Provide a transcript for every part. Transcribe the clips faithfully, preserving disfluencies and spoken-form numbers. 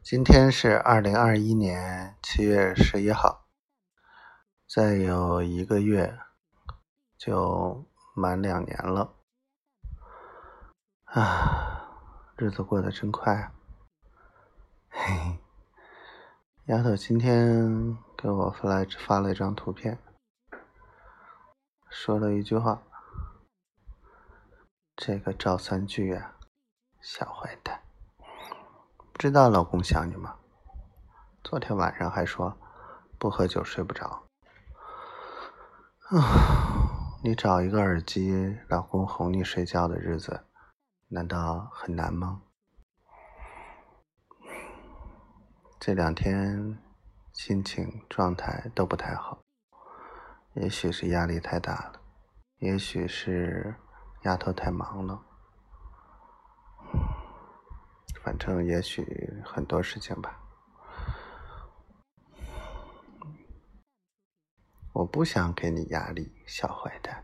今天是二零二一年七月十一号，再有一个月就满两年了。啊，日子过得真快啊！嘿嘿，丫头今天给我发来发了一张图片，说了一句话：“这个赵三句啊，小坏蛋，不知道老公想你吗？昨天晚上还说不喝酒睡不着。啊，你找一个耳机，老公哄你睡觉的日子，难道很难吗？这两天心情状态都不太好，也许是压力太大了，也许是丫头太忙了，反正也许很多事情吧。我不想给你压力，小坏蛋，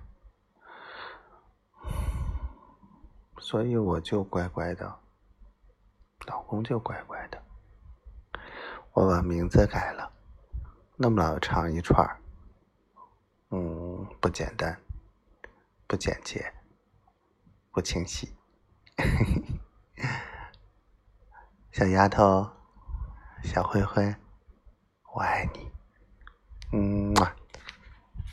所以我就乖乖的，老公就乖乖的。我把名字改了，那么老长一串，嗯，不简单，不简洁，不清晰。小丫头，小灰灰，我爱你。嗯。